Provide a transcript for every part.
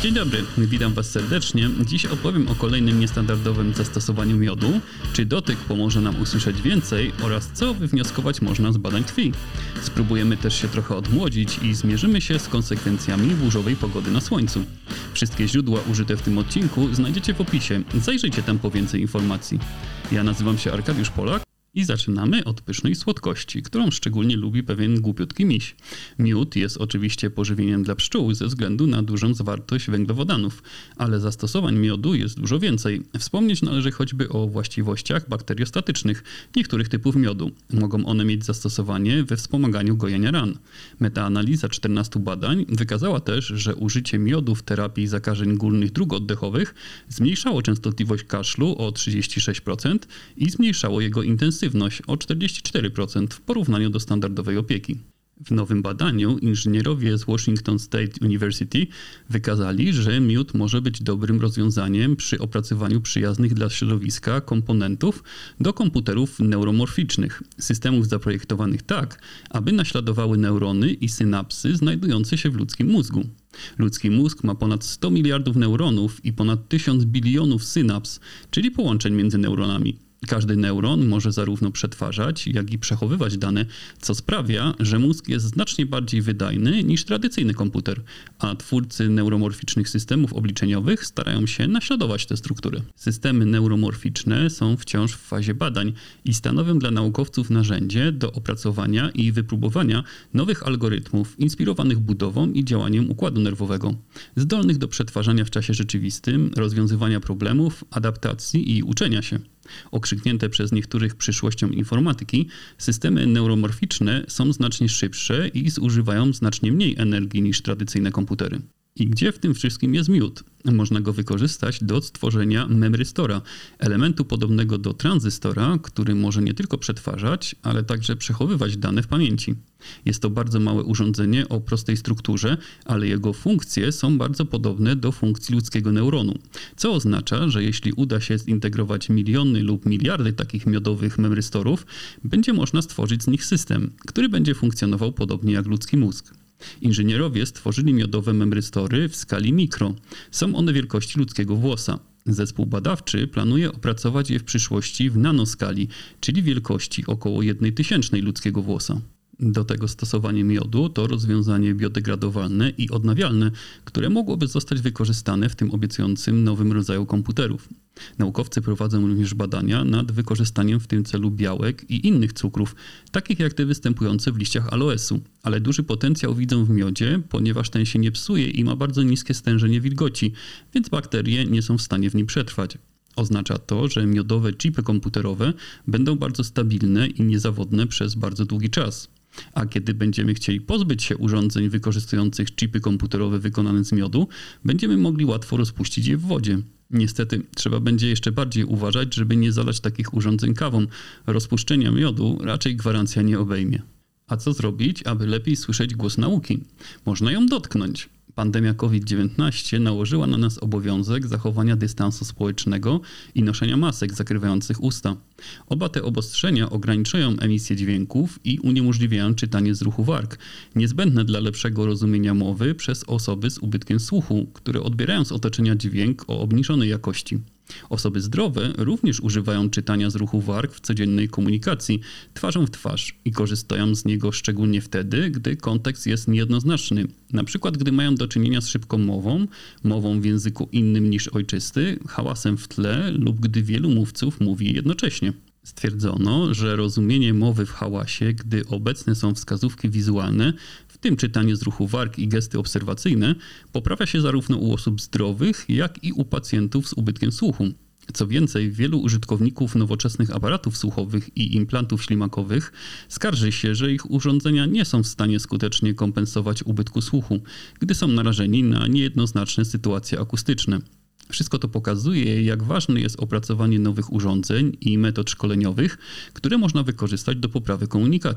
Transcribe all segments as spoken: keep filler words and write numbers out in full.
Dzień dobry, witam Was serdecznie. Dziś opowiem o kolejnym niestandardowym zastosowaniu miodu, czy dotyk pomoże nam usłyszeć więcej oraz co wywnioskować można z badań krwi. Spróbujemy też się trochę odmłodzić i zmierzymy się z konsekwencjami burzowej pogody na słońcu. Wszystkie źródła użyte w tym odcinku znajdziecie w opisie, zajrzyjcie tam po więcej informacji. Ja nazywam się Arkadiusz Polak. I zaczynamy od pysznej słodkości, którą szczególnie lubi pewien głupiutki miś. Miód jest oczywiście pożywieniem dla pszczół ze względu na dużą zawartość węglowodanów, ale zastosowań miodu jest dużo więcej. Wspomnieć należy choćby o właściwościach bakteriostatycznych niektórych typów miodu. Mogą one mieć zastosowanie we wspomaganiu gojenia ran. Metaanaliza czternastu badań wykazała też, że użycie miodu w terapii zakażeń górnych dróg oddechowych zmniejszało częstotliwość kaszlu o trzydzieści sześć procent i zmniejszało jego intensywność o czterdzieści cztery procent w porównaniu do standardowej opieki. W nowym badaniu inżynierowie z Washington State University wykazali, że miód może być dobrym rozwiązaniem przy opracowaniu przyjaznych dla środowiska komponentów do komputerów neuromorficznych, systemów zaprojektowanych tak, aby naśladowały neurony i synapsy znajdujące się w ludzkim mózgu. Ludzki mózg ma ponad sto miliardów neuronów i ponad tysiąc bilionów synaps, czyli połączeń między neuronami. Każdy neuron może zarówno przetwarzać, jak i przechowywać dane, co sprawia, że mózg jest znacznie bardziej wydajny niż tradycyjny komputer, a twórcy neuromorficznych systemów obliczeniowych starają się naśladować te struktury. Systemy neuromorficzne są wciąż w fazie badań i stanowią dla naukowców narzędzie do opracowania i wypróbowania nowych algorytmów inspirowanych budową i działaniem układu nerwowego, zdolnych do przetwarzania w czasie rzeczywistym, rozwiązywania problemów, adaptacji i uczenia się. Okrzyknięte przez niektórych przyszłością informatyki, systemy neuromorficzne są znacznie szybsze i zużywają znacznie mniej energii niż tradycyjne komputery. I gdzie w tym wszystkim jest miód? Można go wykorzystać do stworzenia memrystora, elementu podobnego do tranzystora, który może nie tylko przetwarzać, ale także przechowywać dane w pamięci. Jest to bardzo małe urządzenie o prostej strukturze, ale jego funkcje są bardzo podobne do funkcji ludzkiego neuronu, co oznacza, że jeśli uda się zintegrować miliony lub miliardy takich miodowych memrystorów, będzie można stworzyć z nich system, który będzie funkcjonował podobnie jak ludzki mózg. Inżynierowie stworzyli miodowe memrystory w skali mikro. Są one wielkości ludzkiego włosa. Zespół badawczy planuje opracować je w przyszłości w nanoskali, czyli wielkości około jednej tysięcznej ludzkiego włosa. Do tego stosowanie miodu to rozwiązanie biodegradowalne i odnawialne, które mogłoby zostać wykorzystane w tym obiecującym nowym rodzaju komputerów. Naukowcy prowadzą również badania nad wykorzystaniem w tym celu białek i innych cukrów, takich jak te występujące w liściach aloesu, ale duży potencjał widzą w miodzie, ponieważ ten się nie psuje i ma bardzo niskie stężenie wilgoci, więc bakterie nie są w stanie w nim przetrwać. Oznacza to, że miodowe chipy komputerowe będą bardzo stabilne i niezawodne przez bardzo długi czas. A kiedy będziemy chcieli pozbyć się urządzeń wykorzystujących chipy komputerowe wykonane z miodu, będziemy mogli łatwo rozpuścić je w wodzie. Niestety trzeba będzie jeszcze bardziej uważać, żeby nie zalać takich urządzeń kawą. Rozpuszczenia miodu raczej gwarancja nie obejmie. A co zrobić, aby lepiej słyszeć głos nauki? Można ją dotknąć. Pandemia kowid dziewiętnaście nałożyła na nas obowiązek zachowania dystansu społecznego i noszenia masek zakrywających usta. Oba te obostrzenia ograniczają emisję dźwięków i uniemożliwiają czytanie z ruchu warg, niezbędne dla lepszego rozumienia mowy przez osoby z ubytkiem słuchu, które odbierają z otoczenia dźwięk o obniżonej jakości. Osoby zdrowe również używają czytania z ruchu warg w codziennej komunikacji twarzą w twarz i korzystają z niego szczególnie wtedy, gdy kontekst jest niejednoznaczny, na przykład gdy mają do czynienia z szybką mową, mową w języku innym niż ojczysty, hałasem w tle lub gdy wielu mówców mówi jednocześnie. Stwierdzono, że rozumienie mowy w hałasie, gdy obecne są wskazówki wizualne, w tym czytanie z ruchu warg i gesty obserwacyjne, poprawia się zarówno u osób zdrowych, jak i u pacjentów z ubytkiem słuchu. Co więcej, wielu użytkowników nowoczesnych aparatów słuchowych i implantów ślimakowych skarży się, że ich urządzenia nie są w stanie skutecznie kompensować ubytku słuchu, gdy są narażeni na niejednoznaczne sytuacje akustyczne. Wszystko to pokazuje, jak ważne jest opracowanie nowych urządzeń i metod szkoleniowych, które można wykorzystać do poprawy komunikacji.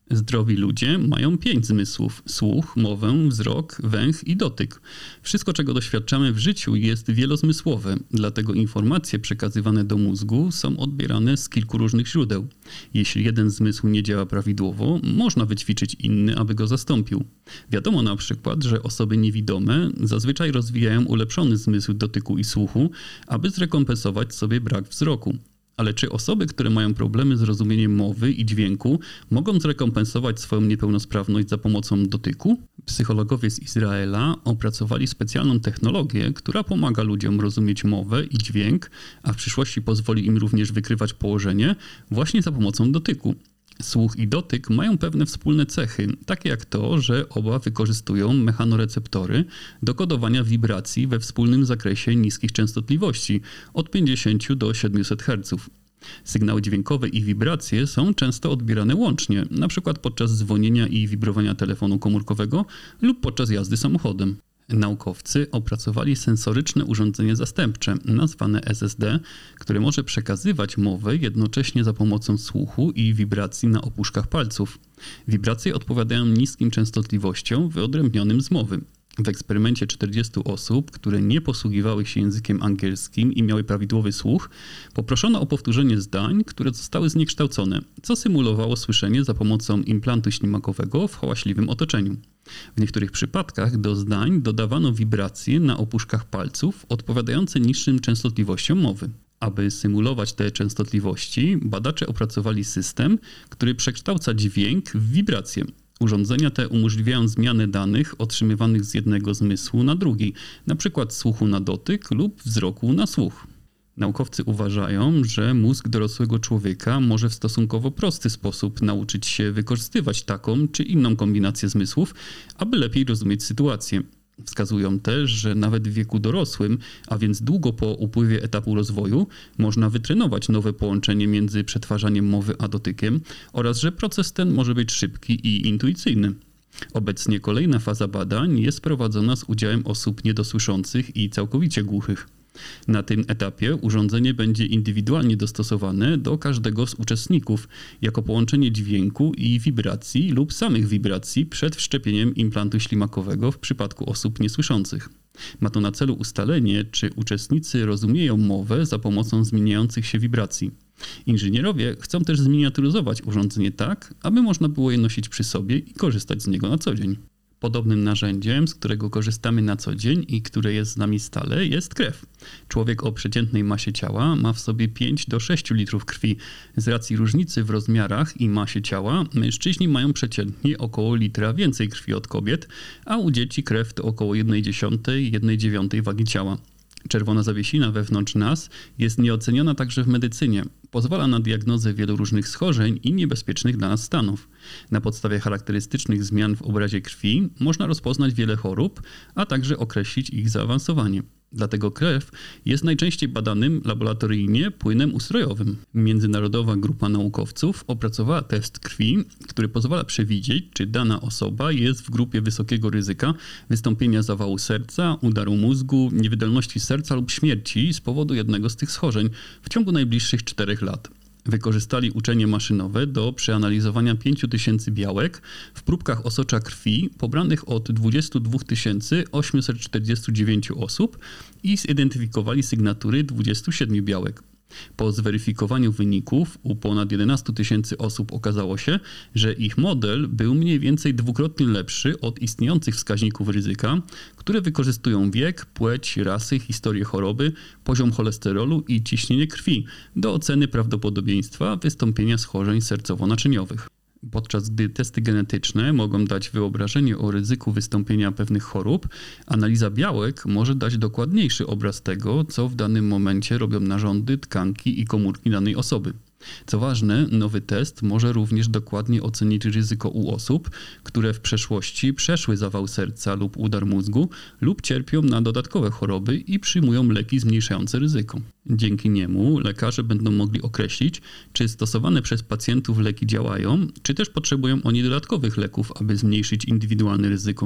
Zdrowi ludzie mają pięć zmysłów: słuch, mowę, wzrok, węch i dotyk. Wszystko, czego doświadczamy w życiu, jest wielozmysłowe, dlatego informacje przekazywane do mózgu są odbierane z kilku różnych źródeł. Jeśli jeden zmysł nie działa prawidłowo, można wyćwiczyć inny, aby go zastąpił. Wiadomo na przykład, że osoby niewidome zazwyczaj rozwijają ulepszony zmysł dotyku i słuchu, aby zrekompensować sobie brak wzroku. Ale czy osoby, które mają problemy z rozumieniem mowy i dźwięku, mogą zrekompensować swoją niepełnosprawność za pomocą dotyku? Psychologowie z Izraela opracowali specjalną technologię, która pomaga ludziom rozumieć mowę i dźwięk, a w przyszłości pozwoli im również wykrywać położenie właśnie za pomocą dotyku. Słuch i dotyk mają pewne wspólne cechy, takie jak to, że oba wykorzystują mechanoreceptory do kodowania wibracji we wspólnym zakresie niskich częstotliwości od pięćdziesiąt do siedmiuset herców. Sygnały dźwiękowe i wibracje są często odbierane łącznie, np. podczas dzwonienia i wibrowania telefonu komórkowego lub podczas jazdy samochodem. Naukowcy opracowali sensoryczne urządzenie zastępcze, nazwane S S D, które może przekazywać mowę jednocześnie za pomocą słuchu i wibracji na opuszkach palców. Wibracje odpowiadają niskim częstotliwościom wyodrębnionym z mowy. W eksperymencie czterdziestu osób, które nie posługiwały się językiem angielskim i miały prawidłowy słuch, poproszono o powtórzenie zdań, które zostały zniekształcone, co symulowało słyszenie za pomocą implantu ślimakowego w hałaśliwym otoczeniu. W niektórych przypadkach do zdań dodawano wibracje na opuszkach palców odpowiadające niższym częstotliwościom mowy. Aby symulować te częstotliwości, badacze opracowali system, który przekształca dźwięk w wibrację. Urządzenia te umożliwiają zmianę danych otrzymywanych z jednego zmysłu na drugi, np. słuchu na dotyk lub wzroku na słuch. Naukowcy uważają, że mózg dorosłego człowieka może w stosunkowo prosty sposób nauczyć się wykorzystywać taką czy inną kombinację zmysłów, aby lepiej rozumieć sytuację. Wskazują też, że nawet w wieku dorosłym, a więc długo po upływie etapu rozwoju, można wytrenować nowe połączenie między przetwarzaniem mowy a dotykiem oraz że proces ten może być szybki i intuicyjny. Obecnie kolejna faza badań jest prowadzona z udziałem osób niedosłyszących i całkowicie głuchych. Na tym etapie urządzenie będzie indywidualnie dostosowane do każdego z uczestników jako połączenie dźwięku i wibracji lub samych wibracji przed wszczepieniem implantu ślimakowego w przypadku osób niesłyszących. Ma to na celu ustalenie, czy uczestnicy rozumieją mowę za pomocą zmieniających się wibracji. Inżynierowie chcą też zminiaturyzować urządzenie tak, aby można było je nosić przy sobie i korzystać z niego na co dzień. Podobnym narzędziem, z którego korzystamy na co dzień i które jest z nami stale, jest krew. Człowiek o przeciętnej masie ciała ma w sobie pięć do sześciu litrów krwi. Z racji różnicy w rozmiarach i masie ciała mężczyźni mają przeciętnie około litra więcej krwi od kobiet, a u dzieci krew to około jedna dziesiąta do jednej dziewiątej wagi ciała. Czerwona zawiesina wewnątrz nas jest nieoceniona także w medycynie. Pozwala na diagnozę wielu różnych schorzeń i niebezpiecznych dla nas stanów. Na podstawie charakterystycznych zmian w obrazie krwi można rozpoznać wiele chorób, a także określić ich zaawansowanie. Dlatego krew jest najczęściej badanym laboratoryjnie płynem ustrojowym. Międzynarodowa grupa naukowców opracowała test krwi, który pozwala przewidzieć, czy dana osoba jest w grupie wysokiego ryzyka wystąpienia zawału serca, udaru mózgu, niewydolności serca lub śmierci z powodu jednego z tych schorzeń w ciągu najbliższych czterech lat. Wykorzystali uczenie maszynowe do przeanalizowania pięć tysięcy białek w próbkach osocza krwi pobranych od dwadzieścia dwa tysiące osiemset czterdzieści dziewięć osób i zidentyfikowali sygnatury dwudziestu siedmiu białek. Po zweryfikowaniu wyników u ponad jedenastu tysięcy osób okazało się, że ich model był mniej więcej dwukrotnie lepszy od istniejących wskaźników ryzyka, które wykorzystują wiek, płeć, rasy, historię choroby, poziom cholesterolu i ciśnienie krwi do oceny prawdopodobieństwa wystąpienia schorzeń sercowo-naczyniowych. Podczas gdy testy genetyczne mogą dać wyobrażenie o ryzyku wystąpienia pewnych chorób, analiza białek może dać dokładniejszy obraz tego, co w danym momencie robią narządy, tkanki i komórki danej osoby. Co ważne, nowy test może również dokładnie ocenić ryzyko u osób, które w przeszłości przeszły zawał serca lub udar mózgu lub cierpią na dodatkowe choroby i przyjmują leki zmniejszające ryzyko. Dzięki niemu lekarze będą mogli określić, czy stosowane przez pacjentów leki działają, czy też potrzebują oni dodatkowych leków, aby zmniejszyć indywidualne ryzyko.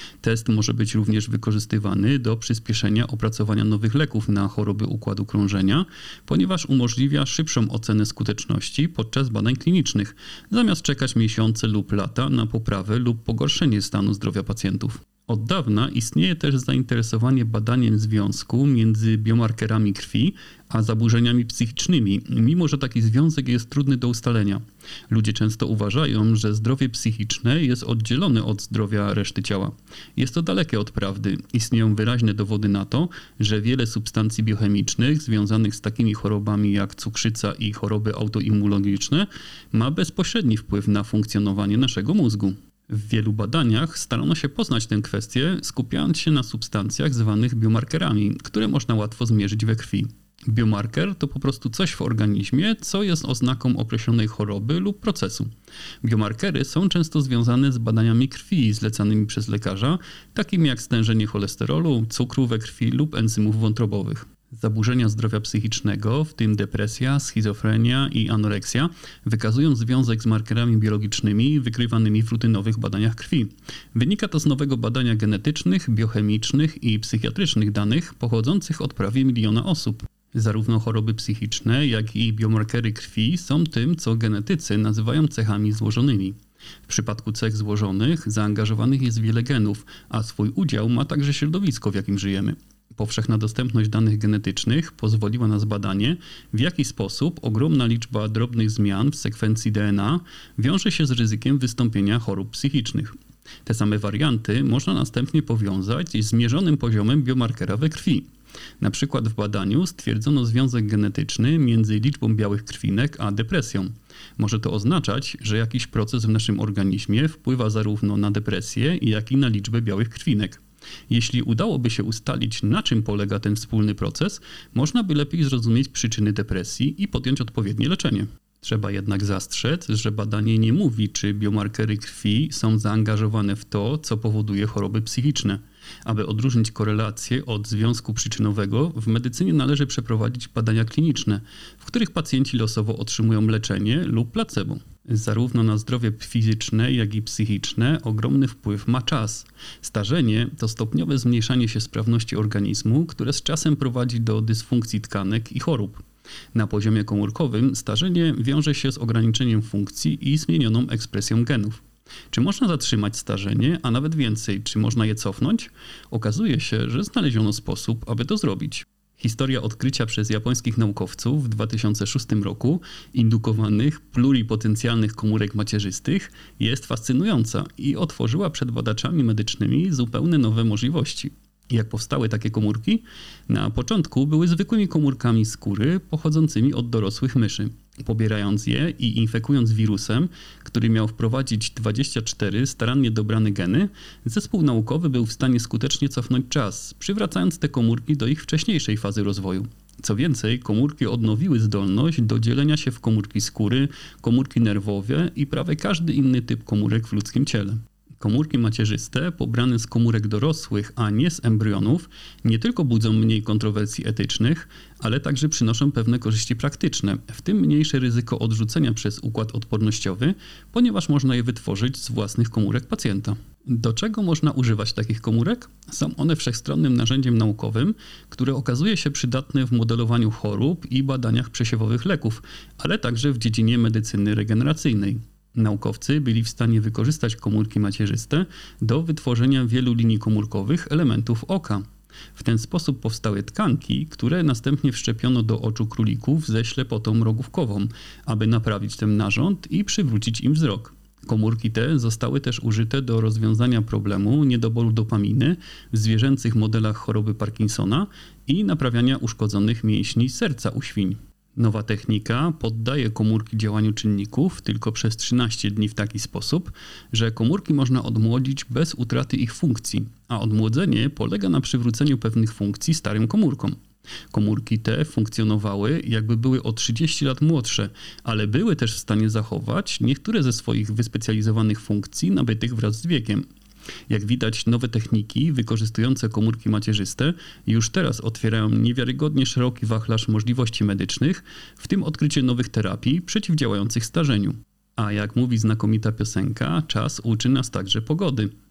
Test może być również wykorzystywany do przyspieszenia opracowania nowych leków na choroby układu krążenia, ponieważ umożliwia szybszą ocenę skuteczności podczas badań klinicznych, zamiast czekać miesiące lub lata na poprawę lub pogorszenie stanu zdrowia pacjentów. Od dawna istnieje też zainteresowanie badaniem związku między biomarkerami krwi a zaburzeniami psychicznymi, mimo że taki związek jest trudny do ustalenia. Ludzie często uważają, że zdrowie psychiczne jest oddzielone od zdrowia reszty ciała. Jest to dalekie od prawdy. Istnieją wyraźne dowody na to, że wiele substancji biochemicznych związanych z takimi chorobami jak cukrzyca i choroby autoimmunologiczne ma bezpośredni wpływ na funkcjonowanie naszego mózgu. W wielu badaniach starano się poznać tę kwestię, skupiając się na substancjach zwanych biomarkerami, które można łatwo zmierzyć we krwi. Biomarker to po prostu coś w organizmie, co jest oznaką określonej choroby lub procesu. Biomarkery są często związane z badaniami krwi zlecanymi przez lekarza, takimi jak stężenie cholesterolu, cukru we krwi lub enzymów wątrobowych. Zaburzenia zdrowia psychicznego, w tym depresja, schizofrenia i anoreksja, wykazują związek z markerami biologicznymi wykrywanymi w rutynowych badaniach krwi. Wynika to z nowego badania genetycznych, biochemicznych i psychiatrycznych danych pochodzących od prawie miliona osób. Zarówno choroby psychiczne, jak i biomarkery krwi są tym, co genetycy nazywają cechami złożonymi. W przypadku cech złożonych zaangażowanych jest wiele genów, a swój udział ma także środowisko, w jakim żyjemy. Powszechna dostępność danych genetycznych pozwoliła na zbadanie, w jaki sposób ogromna liczba drobnych zmian w sekwencji D N A wiąże się z ryzykiem wystąpienia chorób psychicznych. Te same warianty można następnie powiązać z zmierzonym poziomem biomarkera we krwi. Na przykład w badaniu stwierdzono związek genetyczny między liczbą białych krwinek a depresją. Może to oznaczać, że jakiś proces w naszym organizmie wpływa zarówno na depresję, jak i na liczbę białych krwinek. Jeśli udałoby się ustalić, na czym polega ten wspólny proces, można by lepiej zrozumieć przyczyny depresji i podjąć odpowiednie leczenie. Trzeba jednak zastrzec, że badanie nie mówi, czy biomarkery krwi są zaangażowane w to, co powoduje choroby psychiczne. Aby odróżnić korelację od związku przyczynowego, w medycynie należy przeprowadzić badania kliniczne, w których pacjenci losowo otrzymują leczenie lub placebo. Zarówno na zdrowie fizyczne, jak i psychiczne ogromny wpływ ma czas. Starzenie to stopniowe zmniejszanie się sprawności organizmu, które z czasem prowadzi do dysfunkcji tkanek i chorób. Na poziomie komórkowym starzenie wiąże się z ograniczeniem funkcji i zmienioną ekspresją genów. Czy można zatrzymać starzenie, a nawet więcej, czy można je cofnąć? Okazuje się, że znaleziono sposób, aby to zrobić. Historia odkrycia przez japońskich naukowców w dwa tysiące szóstym roku indukowanych pluripotencjalnych komórek macierzystych jest fascynująca i otworzyła przed badaczami medycznymi zupełnie nowe możliwości. Jak powstały takie komórki? Na początku były zwykłymi komórkami skóry pochodzącymi od dorosłych myszy. Pobierając je i infekując wirusem, który miał wprowadzić dwadzieścia cztery starannie dobrane geny, zespół naukowy był w stanie skutecznie cofnąć czas, przywracając te komórki do ich wcześniejszej fazy rozwoju. Co więcej, komórki odnowiły zdolność do dzielenia się w komórki skóry, komórki nerwowe i prawie każdy inny typ komórek w ludzkim ciele. Komórki macierzyste, pobrane z komórek dorosłych, a nie z embrionów, nie tylko budzą mniej kontrowersji etycznych, ale także przynoszą pewne korzyści praktyczne, w tym mniejsze ryzyko odrzucenia przez układ odpornościowy, ponieważ można je wytworzyć z własnych komórek pacjenta. Do czego można używać takich komórek? Są one wszechstronnym narzędziem naukowym, które okazuje się przydatne w modelowaniu chorób i badaniach przesiewowych leków, ale także w dziedzinie medycyny regeneracyjnej. Naukowcy byli w stanie wykorzystać komórki macierzyste do wytworzenia wielu linii komórkowych elementów oka. W ten sposób powstały tkanki, które następnie wszczepiono do oczu królików ze ślepotą rogówkową, aby naprawić ten narząd i przywrócić im wzrok. Komórki te zostały też użyte do rozwiązania problemu niedoboru dopaminy w zwierzęcych modelach choroby Parkinsona i naprawiania uszkodzonych mięśni serca u świń. Nowa technika poddaje komórki działaniu czynników tylko przez trzynaście dni w taki sposób, że komórki można odmłodzić bez utraty ich funkcji, a odmłodzenie polega na przywróceniu pewnych funkcji starym komórkom. Komórki te funkcjonowały, jakby były o trzydzieści lat młodsze, ale były też w stanie zachować niektóre ze swoich wyspecjalizowanych funkcji nabytych wraz z wiekiem. Jak widać, nowe techniki wykorzystujące komórki macierzyste już teraz otwierają niewiarygodnie szeroki wachlarz możliwości medycznych, w tym odkrycie nowych terapii przeciwdziałających starzeniu. A jak mówi znakomita piosenka, czas uczy nas także pogody.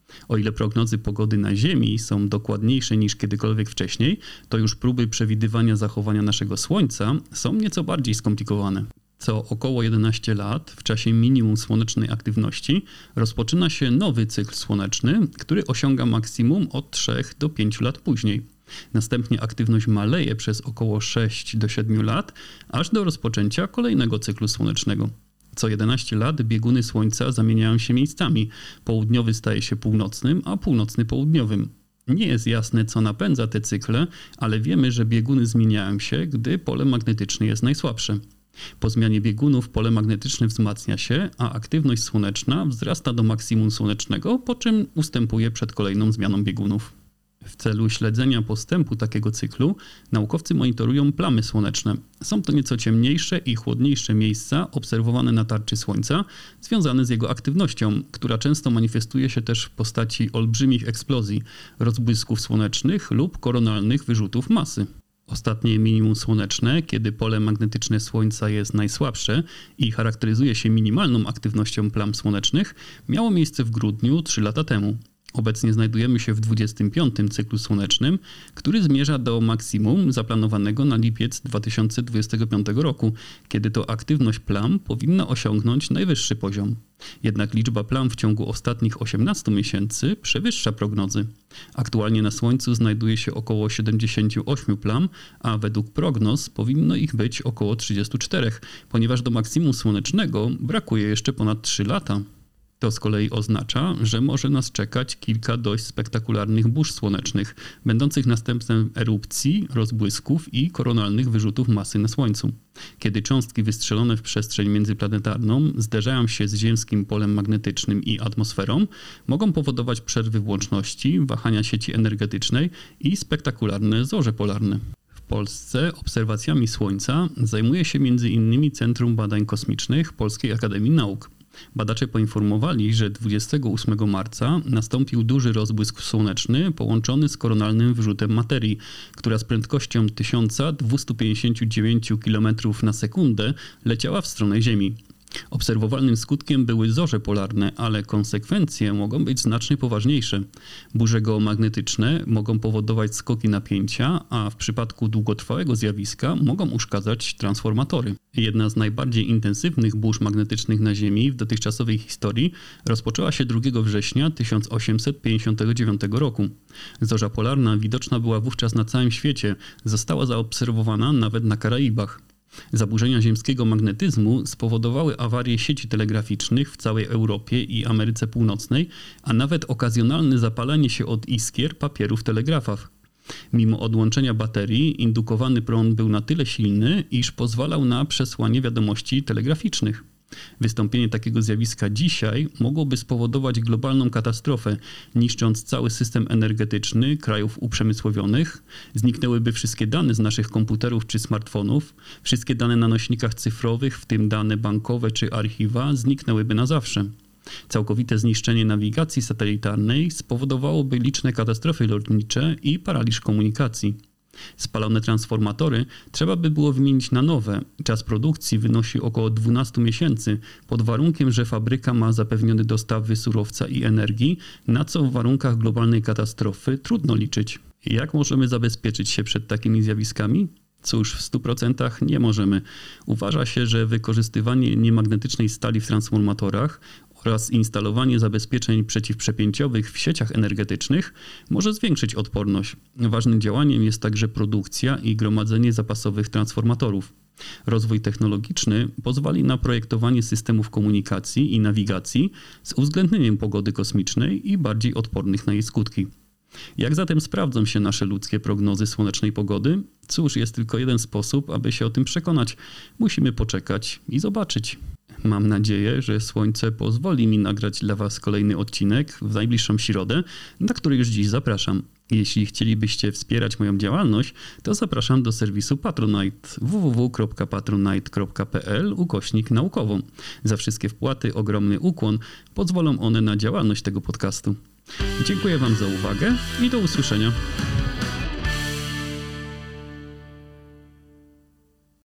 O ile prognozy pogody na Ziemi są dokładniejsze niż kiedykolwiek wcześniej, to już próby przewidywania zachowania naszego Słońca są nieco bardziej skomplikowane. Co około jedenaście lat, w czasie minimum słonecznej aktywności, rozpoczyna się nowy cykl słoneczny, który osiąga maksimum od trzech do pięciu lat później. Następnie aktywność maleje przez około sześć do siedmiu lat, aż do rozpoczęcia kolejnego cyklu słonecznego. Co jedenaście lat bieguny Słońca zamieniają się miejscami. Południowy staje się północnym, a północny południowym. Nie jest jasne, co napędza te cykle, ale wiemy, że bieguny zmieniają się, gdy pole magnetyczne jest najsłabsze. Po zmianie biegunów pole magnetyczne wzmacnia się, a aktywność słoneczna wzrasta do maksimum słonecznego, po czym ustępuje przed kolejną zmianą biegunów. W celu śledzenia postępu takiego cyklu naukowcy monitorują plamy słoneczne. Są to nieco ciemniejsze i chłodniejsze miejsca obserwowane na tarczy Słońca, związane z jego aktywnością, która często manifestuje się też w postaci olbrzymich eksplozji, rozbłysków słonecznych lub koronalnych wyrzutów masy. Ostatnie minimum słoneczne, kiedy pole magnetyczne Słońca jest najsłabsze i charakteryzuje się minimalną aktywnością plam słonecznych, miało miejsce w grudniu trzy lata temu. Obecnie znajdujemy się w dwudziestym piątym cyklu słonecznym, który zmierza do maksimum zaplanowanego na lipiec dwa tysiące dwudziestego piątego roku, kiedy to aktywność plam powinna osiągnąć najwyższy poziom. Jednak liczba plam w ciągu ostatnich osiemnastu miesięcy przewyższa prognozy. Aktualnie na Słońcu znajduje się około siedemdziesiąt osiem plam, a według prognoz powinno ich być około trzydzieści cztery, ponieważ do maksimum słonecznego brakuje jeszcze ponad trzy lata. To z kolei oznacza, że może nas czekać kilka dość spektakularnych burz słonecznych, będących następstwem erupcji, rozbłysków i koronalnych wyrzutów masy na Słońcu. Kiedy cząstki wystrzelone w przestrzeń międzyplanetarną zderzają się z ziemskim polem magnetycznym i atmosferą, mogą powodować przerwy w łączności, wahania sieci energetycznej i spektakularne zorze polarne. W Polsce obserwacjami Słońca zajmuje się między innymi Centrum Badań Kosmicznych Polskiej Akademii Nauk. Badacze poinformowali, że dwudziestego ósmego marca nastąpił duży rozbłysk słoneczny połączony z koronalnym wyrzutem materii, która z prędkością tysiąc dwieście pięćdziesiąt dziewięć kilometrów na sekundę leciała w stronę Ziemi. Obserwowalnym skutkiem były zorze polarne, ale konsekwencje mogą być znacznie poważniejsze. Burze geomagnetyczne mogą powodować skoki napięcia, a w przypadku długotrwałego zjawiska mogą uszkadzać transformatory. Jedna z najbardziej intensywnych burz magnetycznych na Ziemi w dotychczasowej historii rozpoczęła się drugiego września tysiąc osiemset pięćdziesiątego dziewiątego roku. Zorza polarna widoczna była wówczas na całym świecie, została zaobserwowana nawet na Karaibach. Zaburzenia ziemskiego magnetyzmu spowodowały awarię sieci telegraficznych w całej Europie i Ameryce Północnej, a nawet okazjonalne zapalenie się od iskier papieru w telegrafach. Mimo odłączenia baterii, indukowany prąd był na tyle silny, iż pozwalał na przesłanie wiadomości telegraficznych. Wystąpienie takiego zjawiska dzisiaj mogłoby spowodować globalną katastrofę, niszcząc cały system energetyczny krajów uprzemysłowionych, zniknęłyby wszystkie dane z naszych komputerów czy smartfonów, wszystkie dane na nośnikach cyfrowych, w tym dane bankowe czy archiwa, zniknęłyby na zawsze. Całkowite zniszczenie nawigacji satelitarnej spowodowałoby liczne katastrofy lotnicze i paraliż komunikacji. Spalone transformatory trzeba by było wymienić na nowe. Czas produkcji wynosi około dwanaście miesięcy, pod warunkiem, że fabryka ma zapewnione dostawy surowca i energii, na co w warunkach globalnej katastrofy trudno liczyć. Jak możemy zabezpieczyć się przed takimi zjawiskami? Cóż, w stu procentach nie możemy. Uważa się, że wykorzystywanie niemagnetycznej stali w transformatorach oraz instalowanie zabezpieczeń przeciwprzepięciowych w sieciach energetycznych może zwiększyć odporność. Ważnym działaniem jest także produkcja i gromadzenie zapasowych transformatorów. Rozwój technologiczny pozwali na projektowanie systemów komunikacji i nawigacji z uwzględnieniem pogody kosmicznej i bardziej odpornych na jej skutki. Jak zatem sprawdzą się nasze ludzkie prognozy słonecznej pogody? Cóż, jest tylko jeden sposób, aby się o tym przekonać. Musimy poczekać i zobaczyć. Mam nadzieję, że Słońce pozwoli mi nagrać dla Was kolejny odcinek w najbliższą środę, na który już dziś zapraszam. Jeśli chcielibyście wspierać moją działalność, to zapraszam do serwisu Patronite w w w kropka patronite kropka p l ukośnik naukową. Za wszystkie wpłaty ogromny ukłon, pozwolą one na działalność tego podcastu. Dziękuję Wam za uwagę i do usłyszenia.